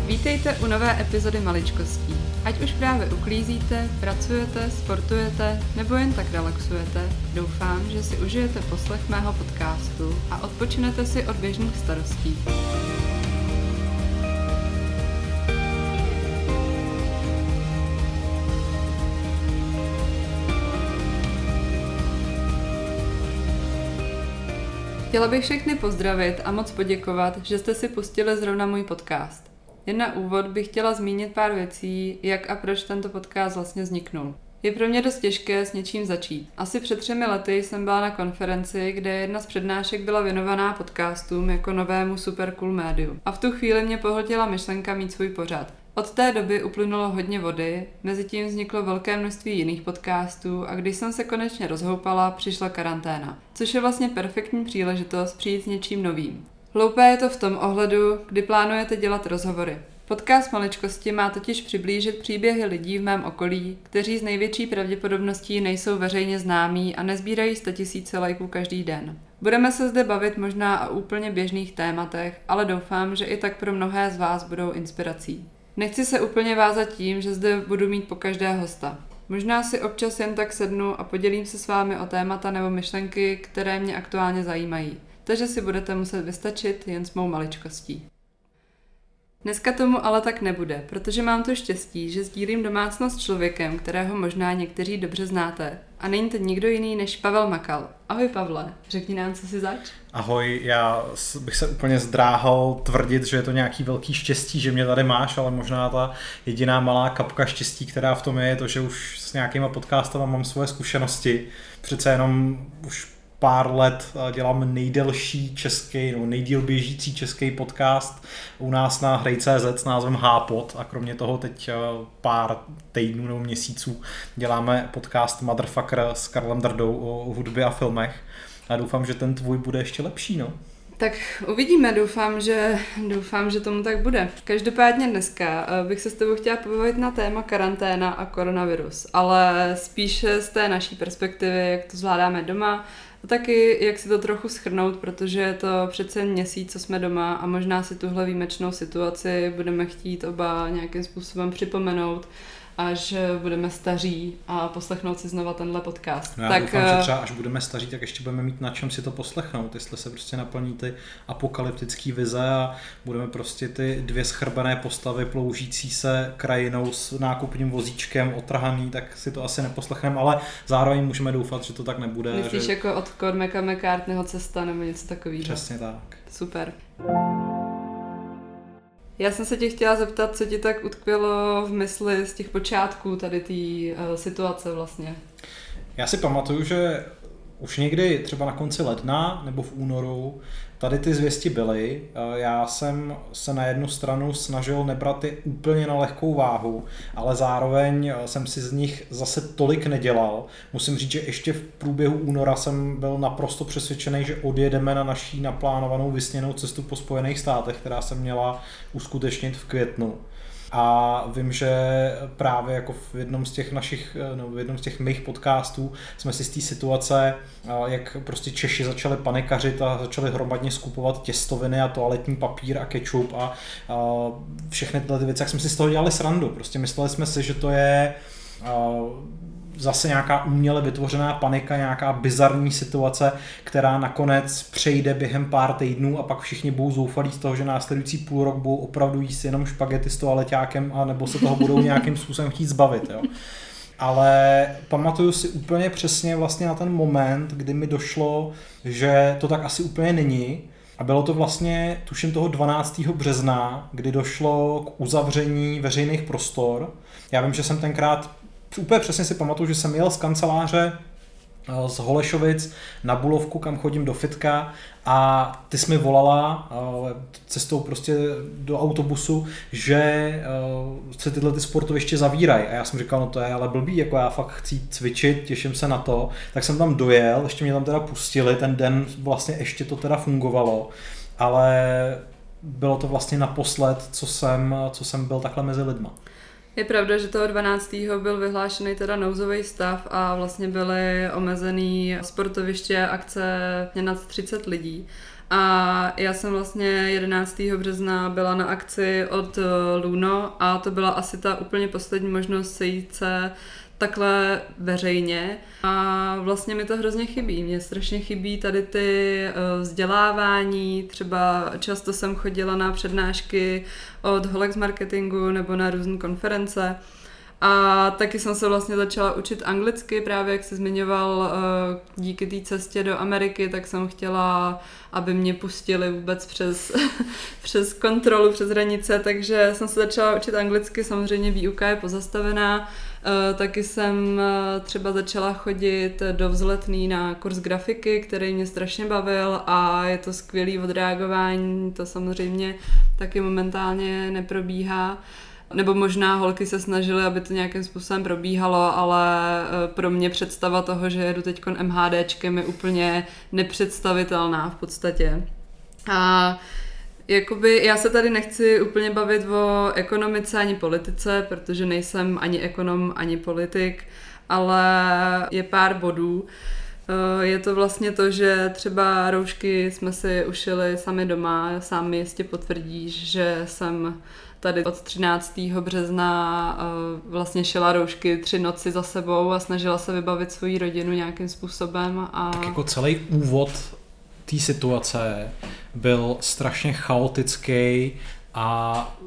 Vítejte u nové epizody Maličkostí. Ať už právě uklízíte, pracujete, sportujete nebo jen tak relaxujete, doufám, že si užijete poslech mého podcastu a odpočinete si od běžných starostí. Chtěla bych všechny pozdravit a moc poděkovat, že jste si pustili zrovna můj podcast. Jen na úvod bych chtěla zmínit pár věcí, jak a proč tento podcast vlastně vzniknul. Je pro mě dost těžké s něčím začít. Asi před 3 lety jsem byla na konferenci, kde jedna z přednášek byla věnovaná podcastům jako novému super cool médiu. A v tu chvíli mě pohltila myšlenka mít svůj pořad. Od té doby uplynulo hodně vody, mezitím vzniklo velké množství jiných podcastů a když jsem se konečně rozhoupala, přišla karanténa. Což je vlastně perfektní příležitost přijít s něčím novým. Hloupé je to v tom ohledu, kdy plánujete dělat rozhovory. Podcast Maličkosti má totiž přiblížit příběhy lidí v mém okolí, kteří z největší pravděpodobností nejsou veřejně známí a nezbírají 100 000 lajků každý den. Budeme se zde bavit možná o úplně běžných tématech, ale doufám, že i tak pro mnohé z vás budou inspirací. Nechci se úplně vázat tím, že zde budu mít po každé hosta. Možná si občas jen tak sednu a podělím se s vámi o témata nebo myšlenky, které mě aktuálně zajímají. Takže si budete muset vystačit jen s mou maličkostí. Dneska tomu ale tak nebude, protože mám to štěstí, že sdílím domácnost s člověkem, kterého možná někteří dobře znáte. A není to nikdo jiný než Pavel Makal. Ahoj Pavle, řekni nám, co si zač. Ahoj, já bych se úplně zdráhal tvrdit, že je to nějaký velký štěstí, že mě tady máš, ale možná ta jediná malá kapka štěstí, která v tom je to, že už s nějakýma podcastama mám svoje zkušenosti. Přece jenom už pár let dělám nejdelší český, nebo nejdýl běžící český podcast u nás na Hrej.cz s názvem Hápod a kromě toho teď pár týdnů nebo měsíců děláme podcast Motherfucker s Karlem Drdou o hudbě a filmech a doufám, že ten tvůj bude ještě lepší, no. Tak uvidíme, doufám, že tomu tak bude. Každopádně dneska bych se s tebou chtěla pobavit na téma karanténa a koronavirus, ale spíše z té naší perspektivy, jak to zvládáme doma, a taky jak si to trochu shrnout, protože je to přece měsíc, co jsme doma a možná si tuhle výjimečnou situaci budeme chtít oba nějakým způsobem připomenout, až budeme staří a poslechnout si znova tenhle podcast. No já doufám, že třeba až budeme staří, tak ještě budeme mít na čem si to poslechnout, jestli se prostě naplní ty apokalyptické vize a budeme prostě ty 2 schrbené postavy ploužící se krajinou s nákupním vozíčkem otrhaný, tak si to asi neposlechneme, ale zároveň můžeme doufat, že to tak nebude. Myslíš že... jako od Cormaca McCartneyho Cesta nebo něco takového? Přesně tak. Super. Já jsem se tě chtěla zeptat, co ti tak utkvělo v mysli z těch počátků tady té situace vlastně. Já si pamatuju, že už někdy třeba na konci ledna nebo v únoru tady ty zvěsti byly. Já jsem se na jednu stranu snažil nebrat je úplně na lehkou váhu, ale zároveň jsem si z nich zase tolik nedělal. Musím říct, že ještě v průběhu února jsem byl naprosto přesvědčený, že odjedeme na naší naplánovanou vysněnou cestu po Spojených státech, která se měla uskutečnit v květnu. A vím, že právě jako v jednom z těch mých podcastů jsme si z té situace, jak prostě Češi začali panikařit a začali hromadně skupovat těstoviny a toaletní papír a kečup a všechny tyhle věci, jak jsme si z toho dělali srandu. Prostě mysleli jsme si, že to je zase nějaká uměle vytvořená panika, nějaká bizarní situace, která nakonec přejde během pár týdnů a pak všichni budou zoufalí z toho, že následující půl rok budou opravdu jíst jenom špagety s toaleťákem a nebo se toho budou nějakým způsobem chtít zbavit. Jo. Ale pamatuju si úplně přesně vlastně na ten moment, kdy mi došlo, že to tak asi úplně není. A bylo to vlastně, tuším toho 12. března, kdy došlo k uzavření veřejných prostor. Já vím, že jsem tenkrát úplně přesně si pamatuju, že jsem jel z kanceláře z Holešovic na Bulovku, kam chodím do fitka a ty jsi mi volala cestou prostě do autobusu, že se tyhle ty sportoviště zavírají a já jsem říkal, no to je ale blbý, jako já fakt chci cvičit, těším se na to, tak jsem tam dojel, ještě mě tam teda pustili, ten den vlastně ještě to teda fungovalo, ale bylo to vlastně naposled, co jsem byl takhle mezi lidma. Je pravda, že toho 12. byl vyhlášený teda nouzový stav a vlastně byly omezený sportoviště, akce nad 30 lidí. A já jsem vlastně 11. března byla na akci od Luno a to byla asi ta úplně poslední možnost sejít se takhle veřejně a vlastně mi to hrozně chybí. Mně strašně chybí tady ty vzdělávání, třeba často jsem chodila na přednášky od Holex Marketingu nebo na různé konference a taky jsem se vlastně začala učit anglicky, právě jak jsi zmiňoval díky té cestě do Ameriky, tak jsem chtěla, aby mě pustili vůbec přes kontrolu, přes hranice, takže jsem se začala učit anglicky, samozřejmě výuka je pozastavená. Taky jsem třeba začala chodit do Vzletný na kurz grafiky, který mě strašně bavil a je to skvělý odreagování, to samozřejmě taky momentálně neprobíhá. Nebo možná holky se snažily, aby to nějakým způsobem probíhalo, ale pro mě představa toho, že jedu teďkon MHDčkem je úplně nepředstavitelná v podstatě. A jakoby já se tady nechci úplně bavit o ekonomice ani politice, protože nejsem ani ekonom, ani politik, ale je pár bodů. Je to vlastně to, že třeba roušky jsme si ušili sami doma, sám mi jistě potvrdíš, že jsem tady od 13. března vlastně šila roušky 3 noci za sebou a snažila se vybavit svoji rodinu nějakým způsobem. Tak jako celý úvod té situace byl strašně chaotický a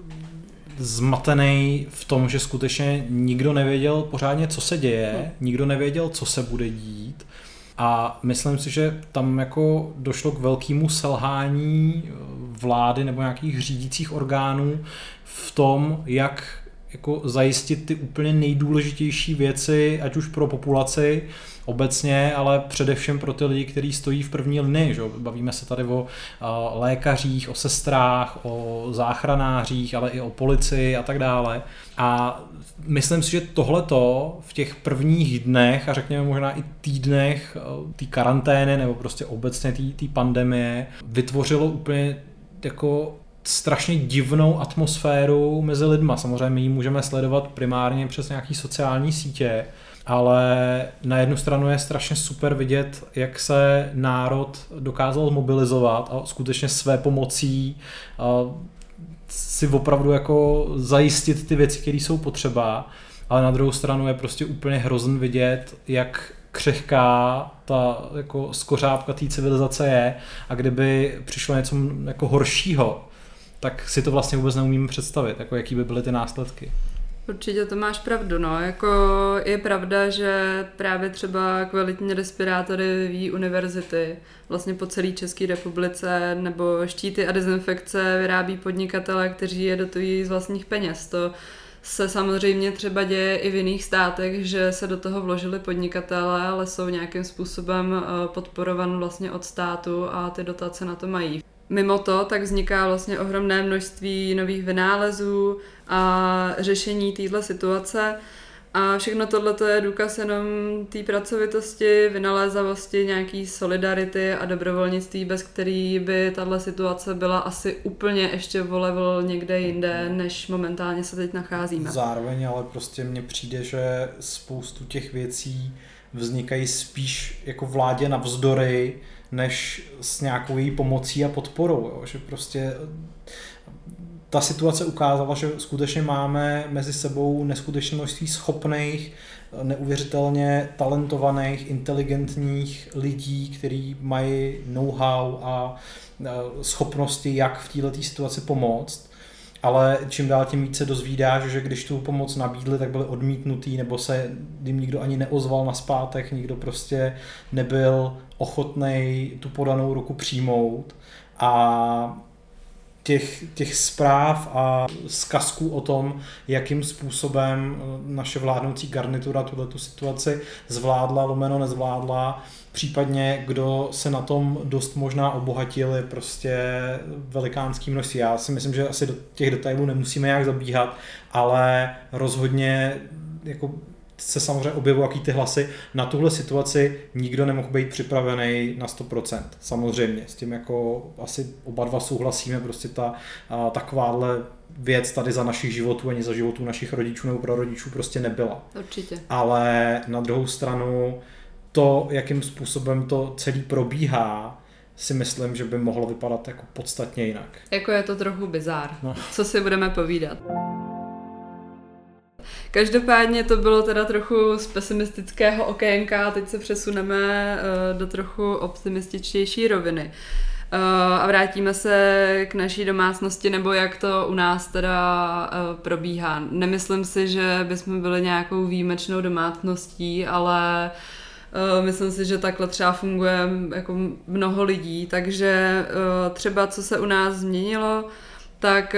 zmatený v tom, že skutečně nikdo nevěděl pořádně, co se děje, nikdo nevěděl, co se bude dít. A myslím si, že tam jako došlo k velkému selhání vlády nebo nějakých řídících orgánů v tom, jak jako zajistit ty úplně nejdůležitější věci, ať už pro populaci obecně, ale především pro ty lidi, kteří stojí v první linii. Že? Bavíme se tady o lékařích, o sestrách, o záchranářích, ale i o policii a tak dále. A myslím si, že tohleto v těch prvních dnech a řekněme možná i týdnech té karantény nebo prostě obecně té pandemie vytvořilo úplně jako strašně divnou atmosféru mezi lidma. Samozřejmě my ji můžeme sledovat primárně přes nějaké sociální sítě, ale na jednu stranu je strašně super vidět, jak se národ dokázal mobilizovat a skutečně své pomocí si opravdu jako zajistit ty věci, které jsou potřeba, ale na druhou stranu je prostě úplně hrozný vidět, jak křehká ta jako skořápka té civilizace je a kdyby přišlo něco jako horšího, tak si to vlastně vůbec neumíme představit, jako jaký by byly ty následky. Určitě to máš pravdu, no, jako je pravda, že právě třeba kvalitní respirátory vyvíjí univerzity, vlastně po celé České republice, nebo štíty a dezinfekce vyrábí podnikatelé, kteří je dotují z vlastních peněz. To se samozřejmě třeba děje i v jiných státech, že se do toho vložili podnikatelé, ale jsou nějakým způsobem podporovaní vlastně od státu a ty dotace na to mají. Mimo to tak vzniká vlastně ohromné množství nových vynálezů a řešení této situace a všechno tohleto je důkaz jenom té pracovitosti, vynalézavosti, nějaký solidarity a dobrovolnictví, bez který by tahle situace byla asi úplně ještě o level někde jinde, než momentálně se teď nacházíme. Zároveň ale prostě mně přijde, že spoustu těch věcí vznikají spíš jako vládě navzdory, než s nějakou její pomocí a podporou. Jo? Že prostě ta situace ukázala, že skutečně máme mezi sebou neskutečné množství schopných, neuvěřitelně talentovaných, inteligentních lidí, kteří mají know-how a schopnosti, jak v této situaci pomoct. Ale čím dál tím více dozvídáš, že když tu pomoc nabídli, tak byli odmítnutý, nebo se jim nikdo ani neozval nazpátek, nikdo prostě nebyl ochotnej tu podanou ruku přijmout. A těch zpráv a zkazků o tom, jakým způsobem naše vládnoucí garnitura tuhletu situaci zvládla, lomeno nezvládla, případně kdo se na tom dost možná obohatil, je prostě velikánský množství. Já si myslím, že asi do těch detailů nemusíme nějak zabíhat, ale rozhodně jako se samozřejmě objevují jaký ty hlasy. Na tuhle situaci nikdo nemohl být připravený na 100%. Samozřejmě, s tím jako asi oba dva souhlasíme, prostě takováhle věc tady za našich životů ani za životů našich rodičů nebo prarodičů prostě nebyla. Určitě. Ale na druhou stranu to, jakým způsobem to celý probíhá, si myslím, že by mohlo vypadat jako podstatně jinak. Jako je to trochu bizár. No. Co si budeme povídat? Každopádně to bylo teda trochu z pesimistického okénka a teď se přesuneme do trochu optimističtější roviny. A vrátíme se k naší domácnosti, nebo jak to u nás teda probíhá. Nemyslím si, že bychom byli nějakou výjimečnou domácností, ale myslím si, že takhle třeba funguje jako mnoho lidí, takže třeba co se u nás změnilo, tak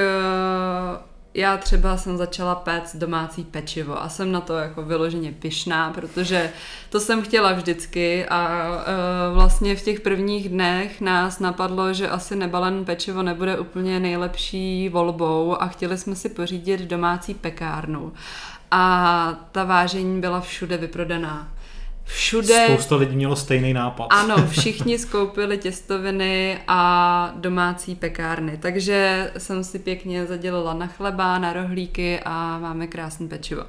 já třeba jsem začala péct domácí pečivo a jsem na to jako vyloženě pyšná, protože to jsem chtěla vždycky a vlastně v těch prvních dnech nás napadlo, že asi nebalené pečivo nebude úplně nejlepší volbou a chtěli jsme si pořídit domácí pekárnu a ta vážení byla všude vyprodaná. Všude. Spousta lidí mělo stejný nápad. Ano, všichni skoupili těstoviny a domácí pekárny, takže jsem si pěkně zadělala na chleba, na rohlíky a máme krásné pečivo.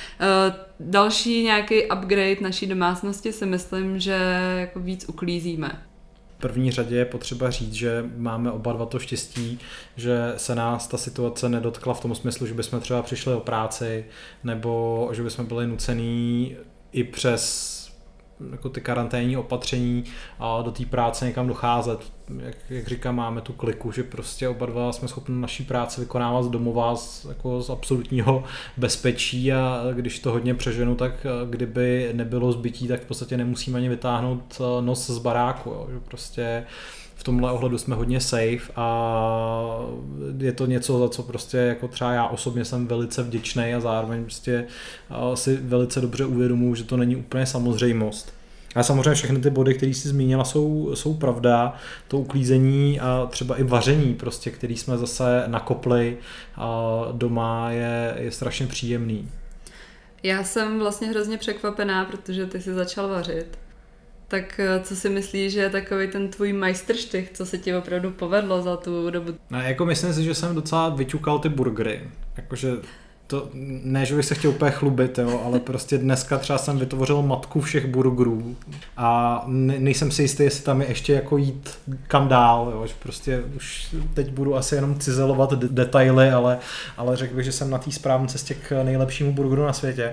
Další nějaký upgrade naší domácnosti si myslím, že jako víc uklízíme. V první řadě je potřeba říct, že máme oba dva to štěstí, že se nás ta situace nedotkla v tom smyslu, že bychom třeba přišli o práci nebo že bychom byli nucený i přes jako ty karanténní opatření a do té práce někam docházet. Jak říkám, máme tu kliku, že prostě oba dva jsme schopni naší práci vykonávat z domova jako z absolutního bezpečí a když to hodně přeženu, tak kdyby nebylo zbytí, tak v podstatě nemusíme ani vytáhnout nos z baráku. Jo. Že prostě v tomhle ohledu jsme hodně safe a je to něco, za co prostě jako třeba já osobně jsem velice vděčný a zároveň prostě si velice dobře uvědomuji, že to není úplně samozřejmost. A samozřejmě všechny ty body, které jsi zmínila, jsou pravda. To uklízení a třeba i vaření, prostě, který jsme zase nakopli doma, je strašně příjemný. Já jsem vlastně hrozně překvapená, protože ty jsi začal vařit. Tak co si myslíš, že je takový ten tvůj majstrštych, co se ti opravdu povedlo za tu dobu? No, jako myslím si, že jsem docela vyťukal ty burgery. Jakože to, ne, že bych se chtěl úplně chlubit, jo, ale prostě dneska třeba jsem vytvořil matku všech burgerů a nejsem si jistý, jestli tam je ještě jako jít kam dál, jo, že prostě už teď budu asi jenom cizelovat detaily, ale řekl bych, že jsem na té správné cestě k nejlepšímu burgeru na světě.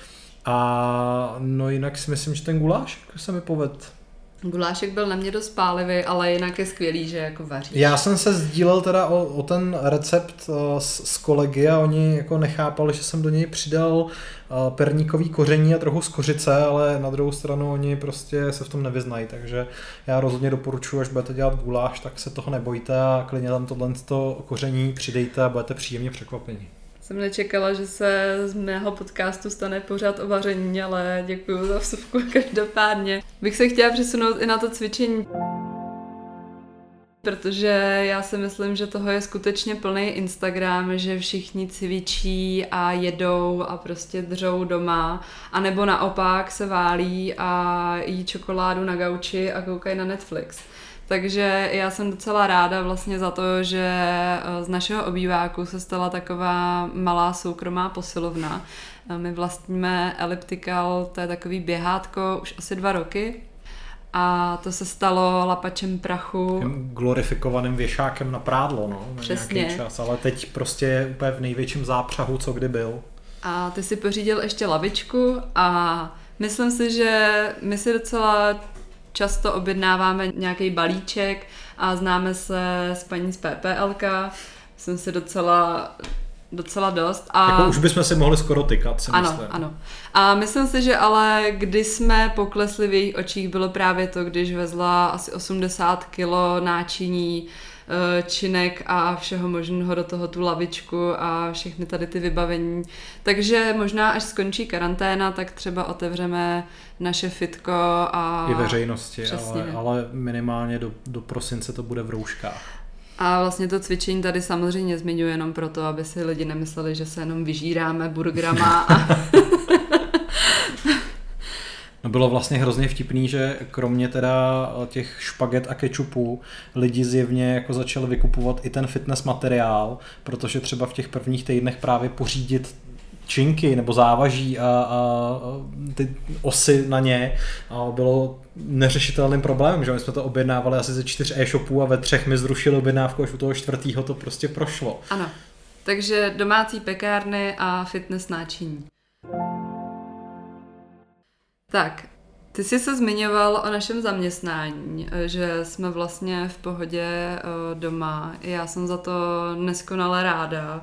A no jinak si myslím, že ten guláš se mi povedl. Gulášek byl na mě dost pálivý, ale jinak je skvělý, že jako vaříš. Já jsem se sdílel teda o ten recept s kolegy a oni jako nechápali, že jsem do něj přidal perníkový koření a trochu z kořice, ale na druhou stranu oni prostě se v tom nevyznají, takže já rozhodně doporučuji, až budete dělat guláš, tak se toho nebojte a klidně tam tohle koření přidejte a budete příjemně překvapeni. Jsem nečekala, že se z mého podcastu stane pořád o vaření, ale děkuju za vsuvku každopádně. Bych se chtěla přesunout i na to cvičení, protože já si myslím, že toho je skutečně plný Instagram, že všichni cvičí a jedou a prostě dřou doma, anebo naopak se válí a jí čokoládu na gauči a koukají na Netflix. Takže já jsem docela ráda vlastně za to, že z našeho obýváku se stala taková malá soukromá posilovna. My vlastníme Elliptical, to je takový běhátko už asi 2 roky. A to se stalo lapačem prachu. Glorifikovaným věšákem na prádlo, no, na přesně. Nějaký čas, ale teď prostě je úplně v největším zápřahu, co kdy byl. A ty si pořídil ještě lavičku a myslím si, že my si docela často objednáváme nějaký balíček a známe se s paní z PPLK. Jsem si docela dost. A jako už bychom si mohli skoro tykat, si ano, myslím. Ano. A myslím si, že ale kdy jsme poklesli v jejich očích, bylo právě to, když vezla asi 80 kilo náčiní, činek a všeho možného do toho tu lavičku a všechny tady ty vybavení. Takže možná až skončí karanténa, tak třeba otevřeme naše fitko a... I veřejnosti, ale minimálně do prosince to bude v rouškách. A vlastně to cvičení tady samozřejmě zmiňuji jenom proto, aby si lidi nemysleli, že se jenom vyžíráme burgerama a... No bylo vlastně hrozně vtipný, že kromě teda těch špaget a kečupu lidi zjevně jako začali vykupovat i ten fitness materiál, protože třeba v těch prvních týdnech právě pořídit činky nebo závaží a ty osy na ně bylo neřešitelným problémem, že my jsme to objednávali asi ze 4 e-shopů a ve 3 mi zrušili objednávku, až u toho 4. to prostě prošlo. Ano, takže domácí pekárny a fitness náčiní. Tak, ty jsi se zmiňoval o našem zaměstnání, že jsme vlastně v pohodě doma. Já jsem za to neskonale ráda.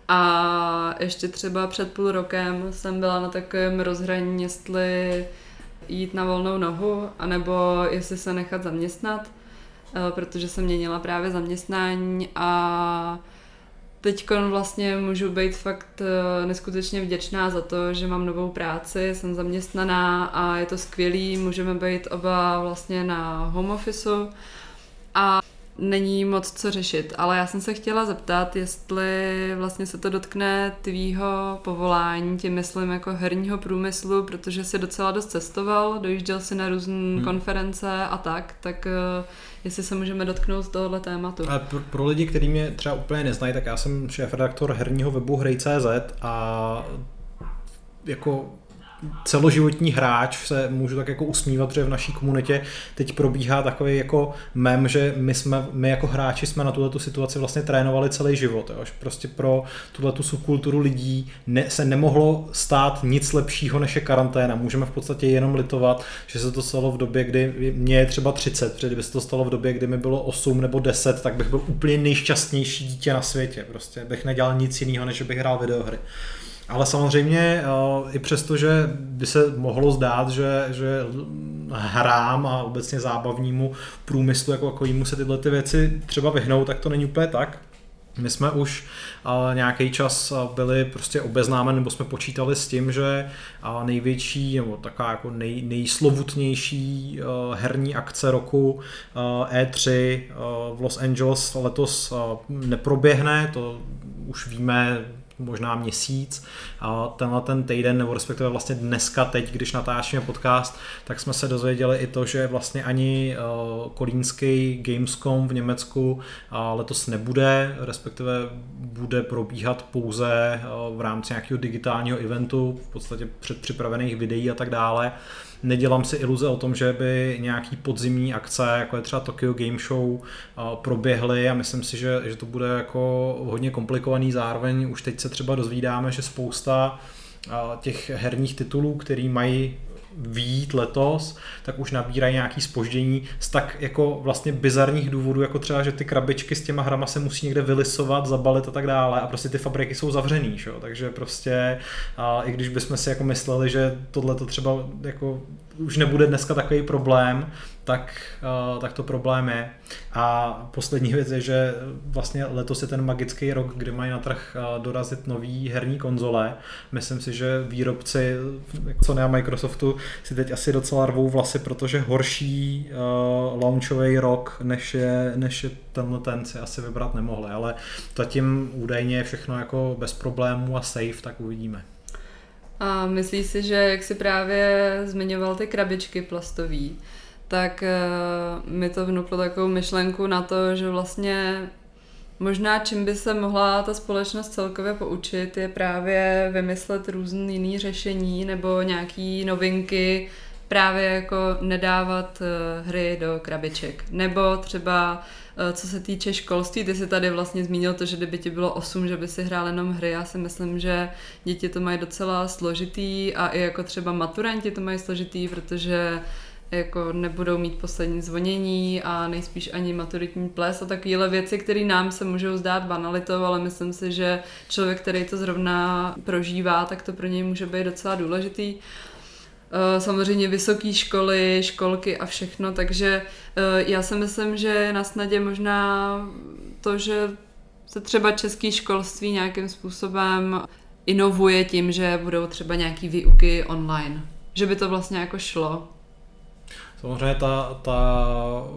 A ještě třeba před půl rokem jsem byla na takovém rozhraní, jestli jít na volnou nohu, anebo jestli se nechat zaměstnat, protože jsem měnila právě zaměstnání a teďkon vlastně můžu být fakt neskutečně vděčná za to, že mám novou práci, jsem zaměstnaná a je to skvělý, můžeme být oba vlastně na home officeu a není moc co řešit, ale já jsem se chtěla zeptat, jestli vlastně se to dotkne tvýho povolání, tím myslím jako herního průmyslu, protože jsi docela dost cestoval, dojížděl si na různé konference a tak jestli se můžeme dotknout tohohle tématu. A pro lidi, kteří mě třeba úplně neznají, tak já jsem šéfredaktor herního webu Hrej.cz a jako celoživotní hráč se můžu tak jako usmívat, že v naší komunitě teď probíhá takový jako mem, že my jako hráči jsme na tuhletu situaci vlastně trénovali celý život. Jo. Prostě pro tuhletu subkulturu lidí se nemohlo stát nic lepšího než je karanténa. Můžeme v podstatě jenom litovat, že se to stalo v době, kdy mě je třeba 30, protože kdyby se to stalo v době, kdy mi bylo 8 nebo 10, tak bych byl úplně nejšťastnější dítě na světě. Prostě bych nedělal nic jiného, než bych hrál videohry. Ale samozřejmě i přesto, že by se mohlo zdát, že hrám a obecně zábavnímu průmyslu jako takovýmu se tyhle ty věci třeba vyhnou, tak to není úplně tak. My jsme už nějaký čas byli prostě obeznámeni, nebo jsme počítali s tím, že největší nebo taková jako nejslovutnější herní akce roku E3 v Los Angeles letos neproběhne, to už víme možná měsíc. A tenhle ten týden, nebo respektive vlastně dneska teď, když natáčíme podcast, tak jsme se dozvěděli i to, že vlastně ani kolínský Gamescom v Německu letos nebude, respektive bude probíhat pouze v rámci nějakého digitálního eventu, v podstatě předpřipravených videí a tak dále. Nedělám si iluze o tom, že by nějaký podzimní akce, jako je třeba Tokyo Game Show, proběhly a myslím si, že to bude jako hodně komplikovaný. Zároveň už teď se třeba dozvídáme, že spousta těch herních titulů, který mají vyjít letos, tak už nabírají nějaký zpoždění z tak jako vlastně bizarních důvodů, jako třeba, že ty krabičky s těma hrama se musí někde vylisovat, zabalit a tak dále a prostě ty fabriky jsou zavřený, že? Takže prostě i když bychom si jako mysleli, že tohle to třeba jako už nebude dneska takový problém, tak to problém je. A poslední věc je, že vlastně letos je ten magický rok, kdy mají na trh dorazit nový herní konzole. Myslím si, že výrobci jako Sony a Microsoftu si teď asi docela rvou vlasy, protože horší launchový rok, než je ten si asi vybrat nemohli, ale zatím údajně je všechno jako bez problémů a safe, tak uvidíme. A myslíš si, že jak jsi právě zmiňoval ty krabičky plastový, tak mi to vnuklo takovou myšlenku na to, že vlastně možná čím by se mohla ta společnost celkově poučit, je právě vymyslet různý jiný řešení nebo nějaký novinky, právě jako nedávat hry do krabiček. Nebo třeba co se týče školství, ty jsi tady vlastně zmínil to, že kdyby ti bylo 8, že by si hrál jenom hry. Já si myslím, že děti to mají docela složitý a i jako třeba maturanti to mají složitý, protože jako nebudou mít poslední zvonění a nejspíš ani maturitní ples a takovéhle věci, které nám se můžou zdát banalitou, ale myslím si, že člověk, který to zrovna prožívá, tak to pro něj může být docela důležitý. Samozřejmě vysoké školy, školky a všechno, takže já si myslím, že je na snadě možná to, že se třeba české školství nějakým způsobem inovuje tím, že budou třeba nějaký výuky online. Že by to vlastně jako šlo. Samozřejmě ta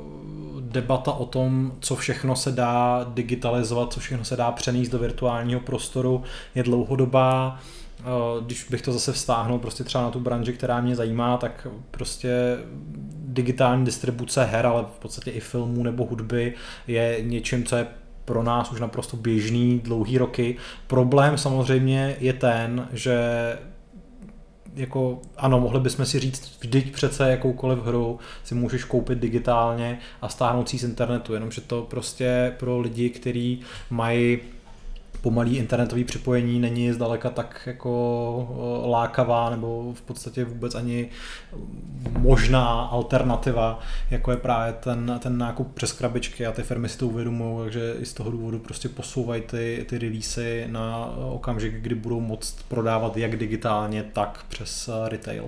debata o tom, co všechno se dá digitalizovat, co všechno se dá přenést do virtuálního prostoru, je dlouhodobá. Když bych to zase vztáhnul prostě třeba na tu branži, která mě zajímá, tak prostě digitální distribuce her, ale v podstatě i filmů nebo hudby je něčím, co je pro nás už naprosto běžný dlouhý roky. Problém samozřejmě je ten, že jako, ano, mohli bychom si říct, vždyť přece jakoukoliv hru si můžeš koupit digitálně a stáhnout si z internetu, jenomže to prostě pro lidi, kteří mají pomalý internetový připojení, není zdaleka tak jako lákavá nebo v podstatě vůbec ani možná alternativa, jako je právě ten nákup přes krabičky, a ty firmy si to uvědomují, takže i z toho důvodu prostě posouvají ty releasy na okamžik, kdy budou moct prodávat jak digitálně, tak přes retail.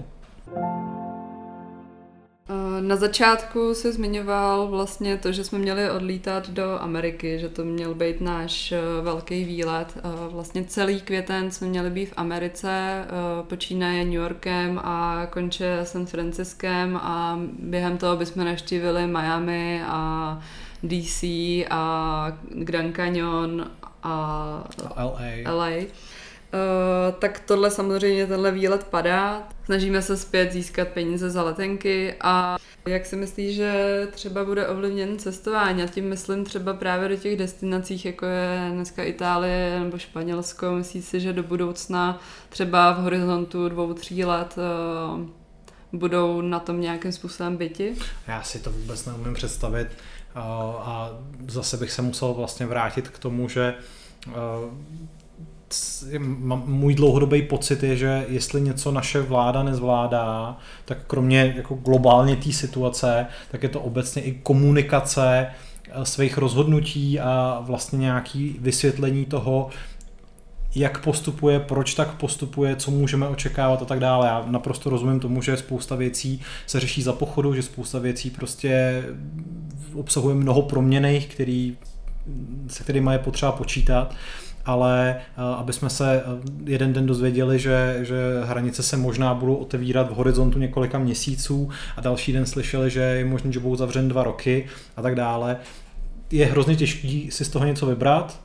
Na začátku se zmiňoval vlastně to, že jsme měli odlítat do Ameriky, že to měl být náš velký výlet. Vlastně celý květen jsme měli být v Americe, počínaje New Yorkem a konče San Franciskem, a během toho bychom navštívili Miami a DC a Grand Canyon a LA. Tak tohle samozřejmě, tenhle výlet padá. Snažíme se zpět získat peníze za letenky. A jak si myslíš, že třeba bude ovlivněn cestování? A tím myslím třeba právě do těch destinacích, jako je dneska Itálie nebo Španělsko. Myslíš si, že do budoucna třeba v horizontu 2-3 let budou na tom nějakým způsobem byti? Já si to vůbec neumím představit. A zase bych se musel vlastně vrátit k tomu, že můj dlouhodobý pocit je, že jestli něco naše vláda nezvládá, tak kromě jako globálně té situace, tak je to obecně i komunikace svých rozhodnutí a vlastně nějaký vysvětlení toho, jak postupuje, proč tak postupuje, co můžeme očekávat a tak dále. Já naprosto rozumím tomu, že spousta věcí se řeší za pochodu, že spousta věcí prostě obsahuje mnoho proměnných, se kterými je potřeba počítat, ale aby jsme se jeden den dozvěděli, že hranice se možná budou otevírat v horizontu několika měsíců a další den slyšeli, že je možné, že budou zavřen 2 roky a tak dále, je hrozně těžký si z toho něco vybrat.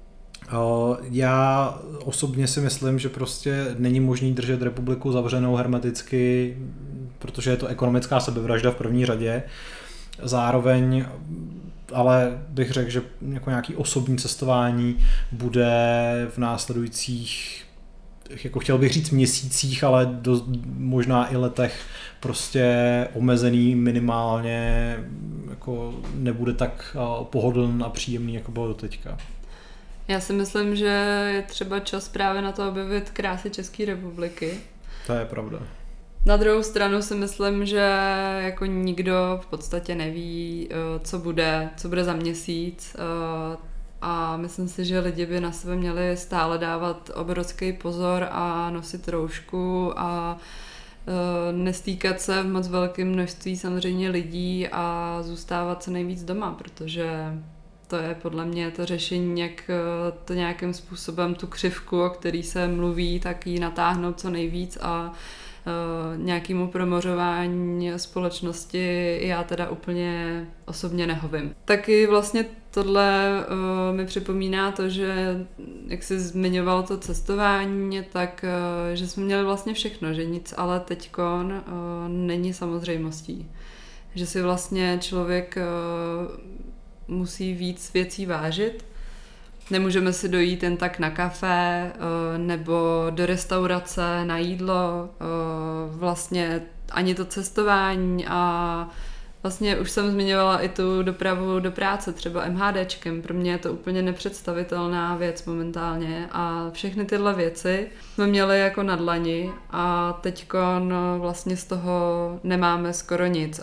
Já osobně si myslím, že prostě není možný držet republiku zavřenou hermeticky, protože je to ekonomická sebevražda v první řadě. Zároveň ale bych řekl, že jako nějaký osobní cestování bude v následujících, jako chtěl bych říct měsících, ale možná i letech prostě omezený minimálně, jako nebude tak pohodlný a příjemný, jako bylo doteďka. Já si myslím, že je třeba čas právě na to objevit krásy České republiky. To je pravda. Na druhou stranu si myslím, že jako nikdo v podstatě neví, co bude za měsíc, a myslím si, že lidi by na sebe měli stále dávat obrovský pozor a nosit roušku a nestýkat se v moc velkém množství samozřejmě lidí a zůstávat co nejvíc doma, protože to je podle mě to řešení, jak to nějakým způsobem tu křivku, o který se mluví, tak ji natáhnout co nejvíc a nějakému promořování společnosti já teda úplně osobně nehovím. Taky vlastně tohle mi připomíná to, že jak jsi zmiňoval to cestování, tak že jsme měli vlastně všechno, že nic ale teďkon není samozřejmostí. Že si vlastně člověk musí víc věcí vážit. Nemůžeme si dojít jen tak na kafe nebo do restaurace, na jídlo, vlastně ani to cestování, a vlastně už jsem zmiňovala i tu dopravu do práce, třeba MHDčkem. Pro mě je to úplně nepředstavitelná věc momentálně a všechny tyhle věci jsme měli jako na dlani a teďkon vlastně z toho nemáme skoro nic.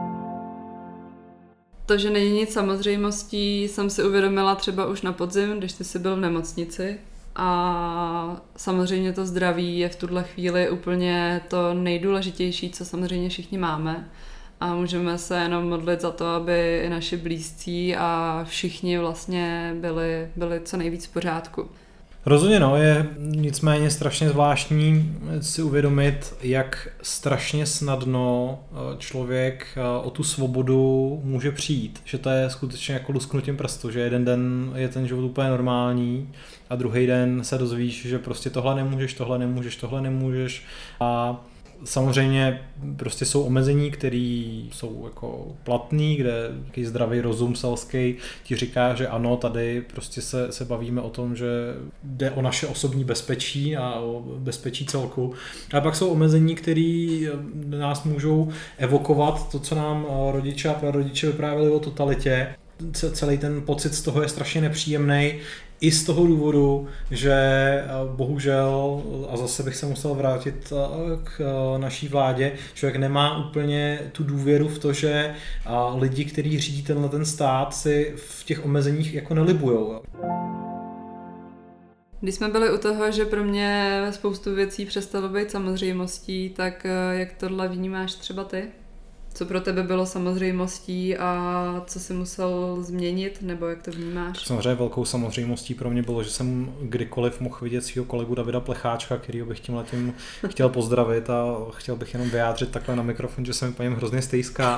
To, že není nic samozřejmostí, jsem si uvědomila třeba už na podzim, když ty jsi byl v nemocnici. A samozřejmě to zdraví je v tuhle chvíli úplně to nejdůležitější, co samozřejmě všichni máme. A můžeme se jenom modlit za to, aby i naši blízcí a všichni vlastně byli co nejvíc v pořádku. Rozhodně no, je nicméně strašně zvláštní si uvědomit, jak strašně snadno člověk o tu svobodu může přijít. Že to je skutečně jako lusknutím prstu, že jeden den je ten život úplně normální a druhý den se dozvíš, že prostě tohle nemůžeš. A Samozřejmě prostě jsou omezení, které jsou jako platný, kde takový zdravý rozum selský ti říká, že ano, tady prostě se bavíme o tom, že jde o naše osobní bezpečí a o bezpečí celku. A pak jsou omezení, které nás můžou evokovat to, co nám rodiče a prarodiče vyprávěli o totalitě. Celý ten pocit z toho je strašně nepříjemný. I z toho důvodu, že bohužel, a zase bych se musel vrátit k naší vládě, člověk nemá úplně tu důvěru v to, že lidi, kteří řídí ten stát, si v těch omezeních jako nelibujou. Když jsme byli u toho, že pro mě spoustu věcí přestalo být samozřejmostí, tak jak tohle vnímáš třeba ty? Co pro tebe bylo samozřejmostí a co jsi musel změnit, nebo jak to vnímáš? Samozřejmě velkou samozřejmostí pro mě bylo, že jsem kdykoliv mohl vidět svého kolegu Davida Plecháčka, kterýho bych tímhletím chtěl pozdravit a chtěl bych jenom vyjádřit takhle na mikrofon, že se mi po něm hrozně stejská,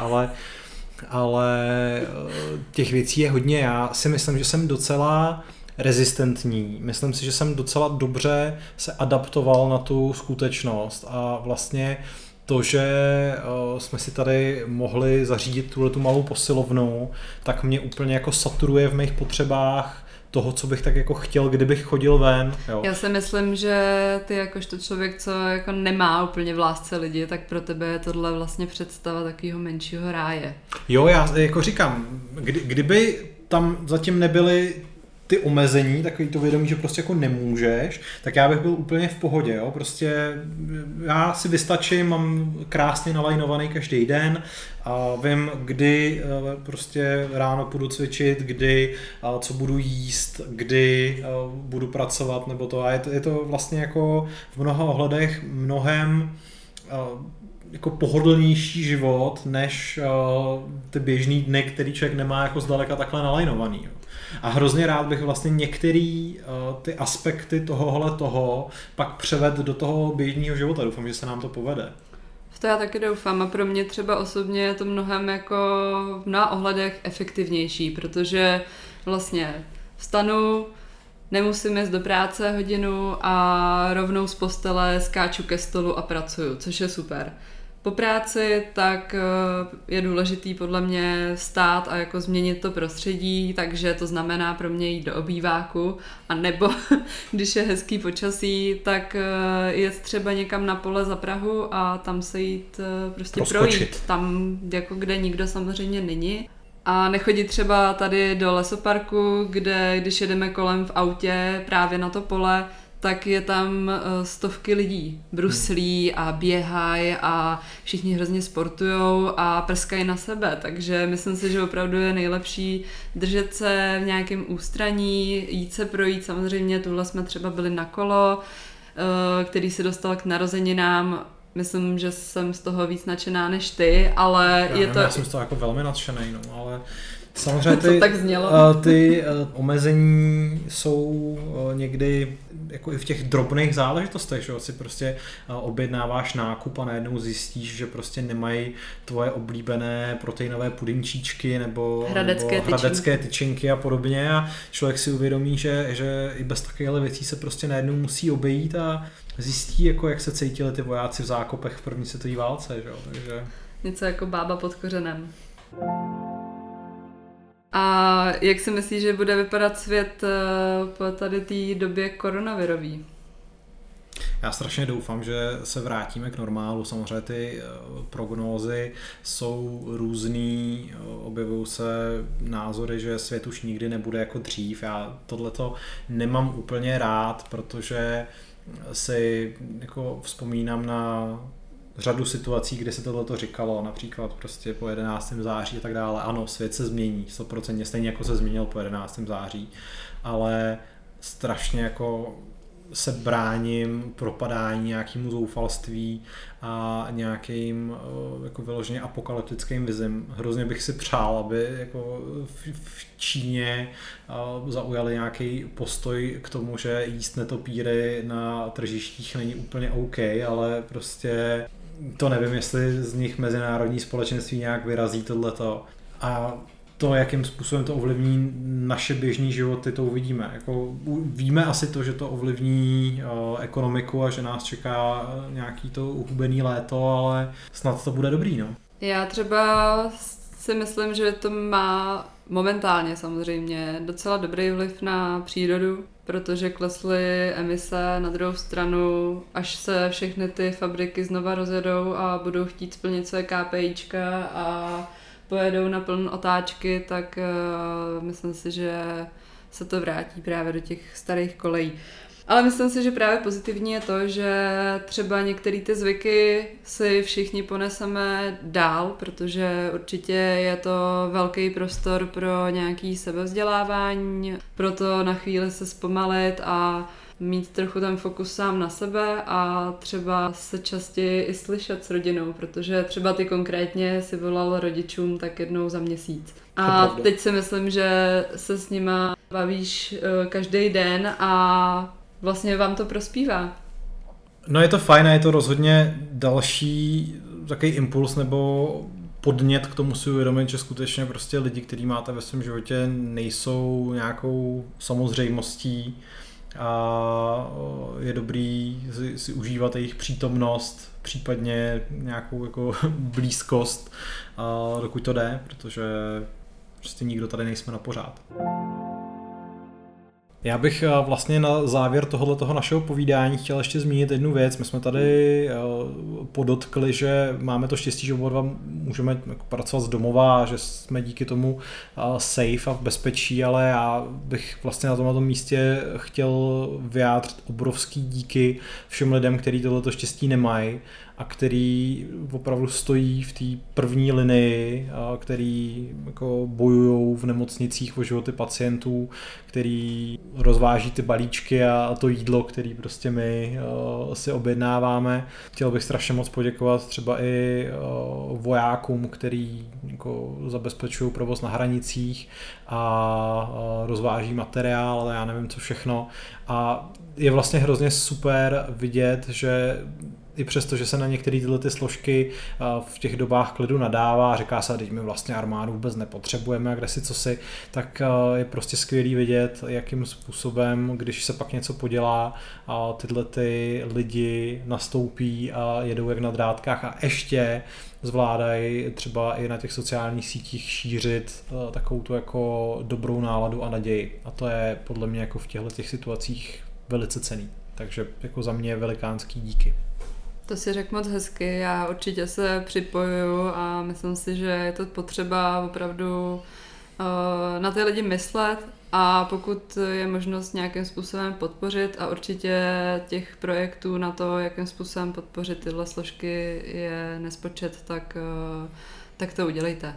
ale těch věcí je hodně. Já si myslím, že jsem docela rezistentní. Myslím si, že jsem docela dobře se adaptoval na tu skutečnost a vlastně to, že jsme si tady mohli zařídit tu malou posilovnu, tak mě úplně jako saturuje v mých potřebách toho, co bych tak jako chtěl, kdybych chodil ven. Jo. Já si myslím, že ty jakožto člověk, co jako nemá úplně v lásce lidi, tak pro tebe je tohle vlastně představa takového menšího ráje. Jo, já jako říkám, kdyby tam zatím nebyly ty omezení, takový to vědomí, že prostě jako nemůžeš, tak já bych byl úplně v pohodě, jo, prostě já si vystačím, mám krásně nalajnovaný každý den a vím, kdy prostě ráno půjdu cvičit, kdy co budu jíst, kdy budu pracovat, nebo to a je to vlastně jako v mnoha ohledech mnohem jako pohodlnější život, než ty běžný dny, který člověk nemá jako zdaleka takhle nalajnovaný. Jo. A hrozně rád bych vlastně některý ty aspekty toho pak převedl do toho běžného života. Doufám, že se nám to povede. V to já taky doufám a pro mě třeba osobně je to mnohem jako v mnoha ohledech efektivnější, protože vlastně vstanu, nemusím jít do práce hodinu a rovnou z postele skáču ke stolu a pracuju, což je super. Po práci tak je důležitý podle mě vstát a jako změnit to prostředí, takže to znamená pro mě jít do obýváku a nebo když je hezký počasí, tak jet třeba někam na pole za Prahu a tam se jít prostě projít. Tam jako kde nikdo samozřejmě není. A nechodit třeba tady do lesoparku, kde když jedeme kolem v autě právě na to pole, tak je tam stovky lidí. Bruslí a běhají a všichni hrozně sportujou a prskají na sebe. Takže myslím si, že opravdu je nejlepší držet se v nějakém ústraní, jít se projít. Samozřejmě tuhle jsme třeba byli na kolo, který se dostal k narozeninám. Myslím, že jsem z toho víc nadšená než ty, ale já jsem z toho jako velmi nadšenej, no, ale samozřejmě ty omezení jsou někdy jako i v těch drobných záležitostech, že si prostě objednáváš nákup a najednou zjistíš, že prostě nemají tvoje oblíbené proteinové pudinčíčky nebo hradecké tyčinky a podobně a člověk si uvědomí, že i bez takovéhle věcí se prostě najednou musí obejít a zjistí, jako jak se cítili ty vojáci v zákopech v první světové válce, že jo, takže... Něco jako bába pod kořenem. A jak si myslíš, že bude vypadat svět po tady té době koronavirový? Já strašně doufám, že se vrátíme k normálu. Samozřejmě ty prognózy jsou různý, objevují se názory, že svět už nikdy nebude jako dřív. Já tohleto nemám úplně rád, protože si jako vzpomínám na řadu situací, kde se tohleto říkalo, například prostě po 11. září a tak dále. Ano, svět se změní, 100%, stejně jako se změnil po 11. září, ale strašně jako se bráním propadání nějakému zoufalství a nějakým jako vyloženě apokalyptickým vizím. Hrozně bych si přál, aby jako v Číně zaujali nějaký postoj k tomu, že jíst netopíry na tržištích není úplně OK, ale prostě to nevím, jestli z nich mezinárodní společenství nějak vyrazí tohleto. A to, jakým způsobem to ovlivní naše běžný životy, to uvidíme. Jako, víme asi to, že to ovlivní ekonomiku a že nás čeká nějaký to uhubený léto, ale snad to bude dobrý, no. Já třeba si myslím, že to má momentálně samozřejmě docela dobrý vliv na přírodu, protože klesly emise. Na druhou stranu, až se všechny ty fabriky znova rozjedou a budou chtít splnit své KPIčka a pojedou na plné otáčky, tak myslím si, že se to vrátí právě do těch starých kolejí. Ale myslím si, že právě pozitivní je to, že třeba některé ty zvyky si všichni poneseme dál, protože určitě je to velký prostor pro nějaké sebevzdělávání, proto na chvíli se zpomalit a mít trochu ten fokus sám na sebe a třeba se častěji i slyšet s rodinou, protože třeba ty konkrétně si volal rodičům tak jednou za měsíc. A teď si myslím, že se s nima bavíš každý den a vlastně vám to prospívá. No je to fajn a je to rozhodně další takový impuls nebo podnět k tomu si uvědomit, že skutečně prostě lidi, kteří máte ve svém životě, nejsou nějakou samozřejmostí a je dobrý si užívat jejich přítomnost, případně nějakou jako blízkost, dokud to jde, protože prostě nikdo tady nejsme na pořád. Já bych vlastně na závěr tohoto našeho povídání chtěl ještě zmínit jednu věc. My jsme tady podotkli, že máme to štěstí, že oba dva můžeme pracovat z domova, že jsme díky tomu safe a v bezpečí, ale já bych vlastně na tomto místě chtěl vyjádřit obrovský díky všem lidem, kteří tohleto štěstí nemají a který opravdu stojí v té první linii, který jako bojujou v nemocnicích o životy pacientů, který rozváží ty balíčky a to jídlo, který prostě my si objednáváme. Chtěl bych strašně moc poděkovat třeba i vojákům, který jako zabezpečují provoz na hranicích a rozváží materiál, ale já nevím co všechno. A je vlastně hrozně super vidět, že i přesto, že se na některé tyhle ty složky v těch dobách klidu nadává a říká se, že my vlastně armádu vůbec nepotřebujeme a kde si co si, tak je prostě skvělý vidět, jakým způsobem, když se pak něco podělá, tyhle ty lidi nastoupí a jedou jak na drátkách a ještě zvládají třeba i na těch sociálních sítích šířit takovou tu jako dobrou náladu a naději. A to je podle mě jako v těchto těch situacích velice cenný. Takže jako za mě velikánský díky. To si řekl moc hezky, já určitě se připojuju a myslím si, že je to potřeba opravdu na ty lidi myslet a pokud je možnost nějakým způsobem podpořit a určitě těch projektů na to, jakým způsobem podpořit tyhle složky je nespočet, tak to udělejte.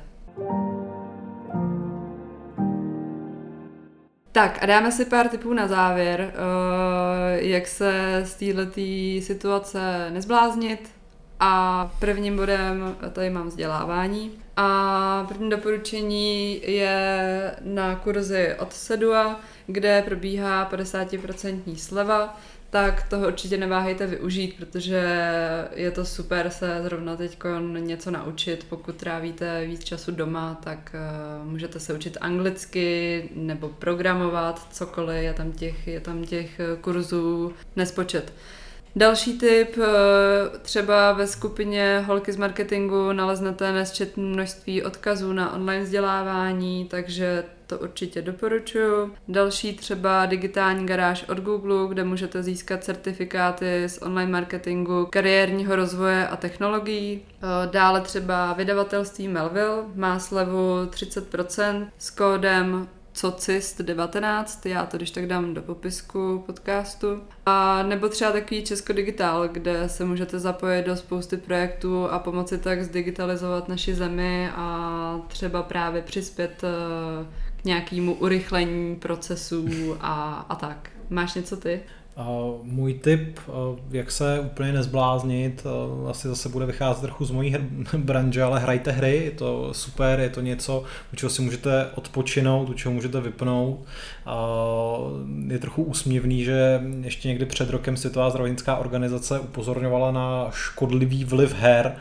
Tak a dáme si pár tipů na závěr, jak se z této situace nezbláznit. A prvním bodem tady mám vzdělávání. A první doporučení je na kurzy od Sedua, kde probíhá 50% sleva. Tak toho určitě neváhejte využít, protože je to super se zrovna teď něco naučit. Pokud trávíte víc času doma, tak můžete se učit anglicky nebo programovat, cokoliv, je tam těch kurzů nespočet. Další tip, třeba ve skupině Holky z marketingu naleznete nesčetné množství odkazů na online vzdělávání, takže to určitě doporučuji. Další třeba digitální garáž od Google, kde můžete získat certifikáty z online marketingu, kariérního rozvoje a technologií. Dále třeba vydavatelství Melville má slevu 30% s kódem COCIST19, já to když tak dám do popisku podcastu. A nebo třeba takový Česko Digitál, kde se můžete zapojit do spousty projektů a pomoci tak zdigitalizovat naši zemi a třeba právě přispět k nějakému urychlení procesů a tak. Máš něco ty? Můj tip, jak se úplně nezbláznit, asi zase bude vycházet trochu z mojí branže, ale hrajte hry, je to super, je to něco, u čeho si můžete odpočinout, u čeho můžete vypnout. Je trochu úsměvný, že ještě někdy před rokem Světová zdravotnická organizace upozorňovala na škodlivý vliv her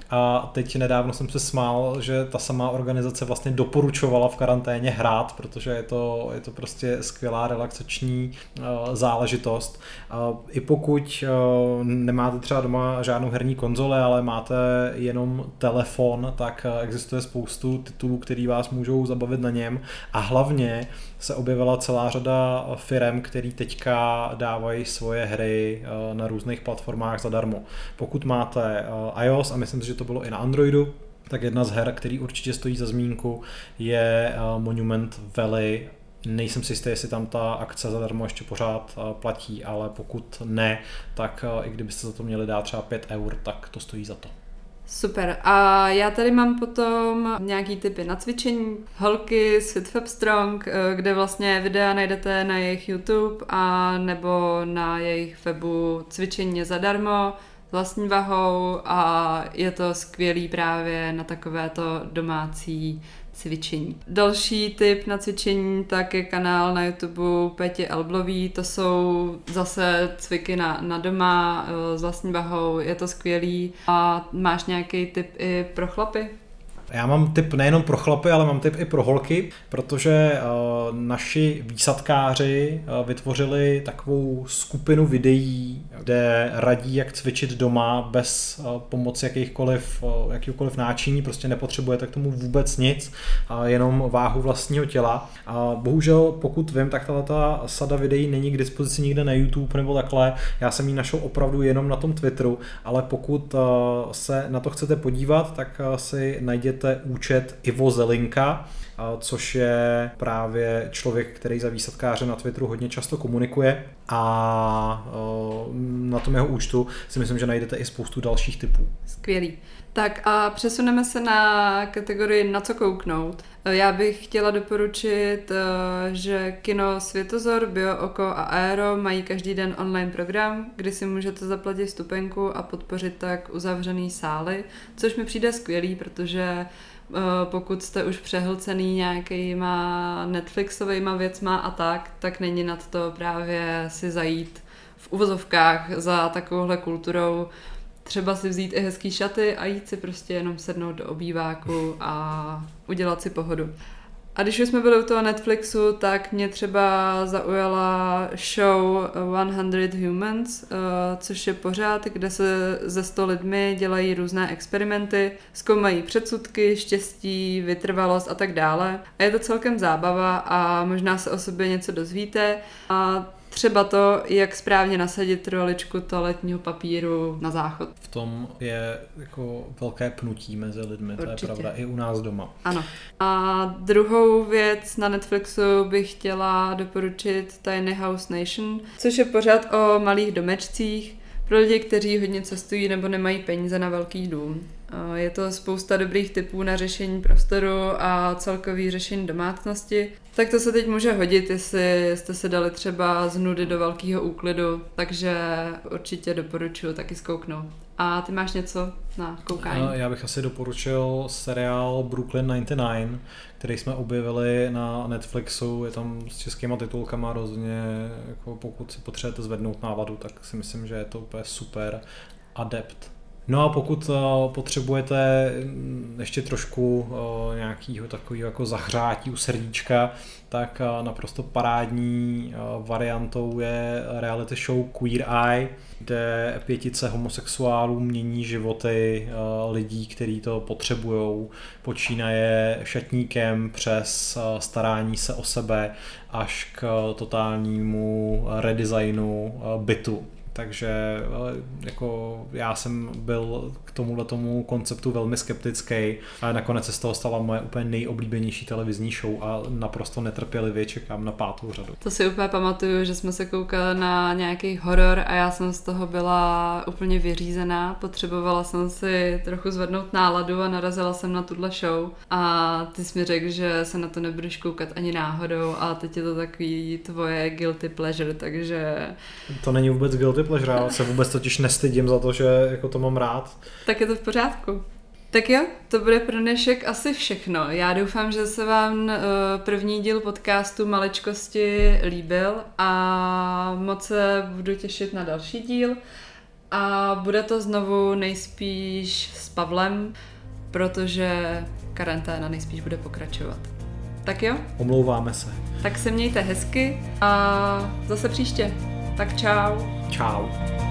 a teď nedávno jsem se smál, že ta samá organizace vlastně doporučovala v karanténě hrát, protože je to prostě skvělá relaxační záležitost. I pokud nemáte třeba doma žádnou herní konzole, ale máte jenom telefon, tak existuje spoustu titulů, který vás můžou zabavit na něm a hlavně se objevila celá řada firem, který teďka dávají svoje hry na různých platformách zadarmo. Pokud máte iOS, a myslím si, že to bylo i na Androidu, tak jedna z her, který určitě stojí za zmínku, je Monument Valley. Nejsem si jistý, jestli tam ta akce zadarmo ještě pořád platí, ale pokud ne, tak i kdybyste za to měli dát třeba 5 €, tak to stojí za to. Super. A já tady mám potom nějaký tipy na cvičení. Holky z FitFab Strong, kde vlastně videa najdete na jejich YouTube a nebo na jejich webu cvičení zadarmo, vlastní vahou a je to skvělý právě na takovéto domácí cvičení. Další tip na cvičení tak je kanál na YouTube Péti Elblový, to jsou zase cviky na doma s vlastní vahou, je to skvělý. A máš nějaký tip i pro chlapy? Já mám tip nejenom pro chlapy, ale mám tip i pro holky, protože naši výsadkáři vytvořili takovou skupinu videí, kde radí, jak cvičit doma bez pomoci jakýkoliv náčiní, prostě nepotřebujete k tomu vůbec nic, jenom váhu vlastního těla. A bohužel, pokud vím, tak tato sada videí není k dispozici nikde na YouTube nebo takhle. Já jsem ji našel opravdu jenom na tom Twitteru, ale pokud se na to chcete podívat, tak si najděte účet Ivo Zelinka, což je právě člověk, který za výsadkáře na Twitteru hodně často komunikuje a na tom jeho účtu si myslím, že najdete i spoustu dalších tipů. Skvělý. Tak a přesuneme se na kategorii na co kouknout. Já bych chtěla doporučit, že kino Světozor, Bio, Oko a Aero mají každý den online program, kdy si můžete zaplatit vstupenku a podpořit tak uzavřený sály, což mi přijde skvělý, protože pokud jste už přehlcený nějakýma Netflixovejma věcma a tak není nad to právě si zajít v uvozovkách za takovouhle kulturou, třeba si vzít i hezký šaty a jít si prostě jenom sednout do obýváku a udělat si pohodu. A když už jsme byli u toho Netflixu, tak mě třeba zaujala show 100 Humans, což je pořad, kde se ze 100 lidmi dělají různé experimenty, zkoumají předsudky, štěstí, vytrvalost a tak dále. A je to celkem zábava a možná se o sobě něco dozvíte. A třeba to, jak správně nasadit roličku toaletního papíru na záchod. V tom je jako velké pnutí mezi lidmi, to je pravda, i u nás doma. Ano. A druhou věc na Netflixu bych chtěla doporučit Tiny House Nation, což je pořád o malých domečcích pro lidi, kteří hodně cestují nebo nemají peníze na velký dům. Je to spousta dobrých tipů na řešení prostoru a celkový řešení domácnosti. Tak to se teď může hodit, jestli jste se dali třeba z nudy do velkého úklidu, takže určitě doporučuji taky zkouknout. A ty máš něco na koukání? Já bych asi doporučil seriál Brooklyn 99, který jsme objevili na Netflixu, je tam s českýma titulkama rozhodně, jako pokud si potřebujete zvednout náladu, tak si myslím, že je to úplně super adept. No a pokud potřebujete ještě trošku nějakého takového jako zahřátí u srdíčka, tak naprosto parádní variantou je reality show Queer Eye, kde 5 homosexuálů mění životy lidí, kteří to potřebujou. Počínaje šatníkem přes starání se o sebe až k totálnímu redesignu bytu. Takže jako já jsem byl k tomuhletomu konceptu velmi skeptický, ale nakonec se z toho stala moje úplně nejoblíbenější televizní show a naprosto netrpělivě čekám na 5. řadu. To si úplně pamatuju, že jsme se koukali na nějaký horor a já jsem z toho byla úplně vyřízená. Potřebovala jsem si trochu zvednout náladu a narazila jsem na tuhle show a ty jsi mi řekl, že se na to nebudeš koukat ani náhodou a teď je to takový tvoje guilty pleasure, takže... To není vůbec guilty pleasure, já se vůbec totiž nestydím za to, že jako to mám rád. Tak je to v pořádku. Tak jo, to bude pro dnešek asi všechno. Já doufám, že se vám první díl podcastu Maličkosti líbil a moc se budu těšit na další díl. A bude to znovu nejspíš s Pavlem, protože karanténa nejspíš bude pokračovat. Tak jo? Omlouváme se. Tak se mějte hezky a zase příště. Tak čau. Čau.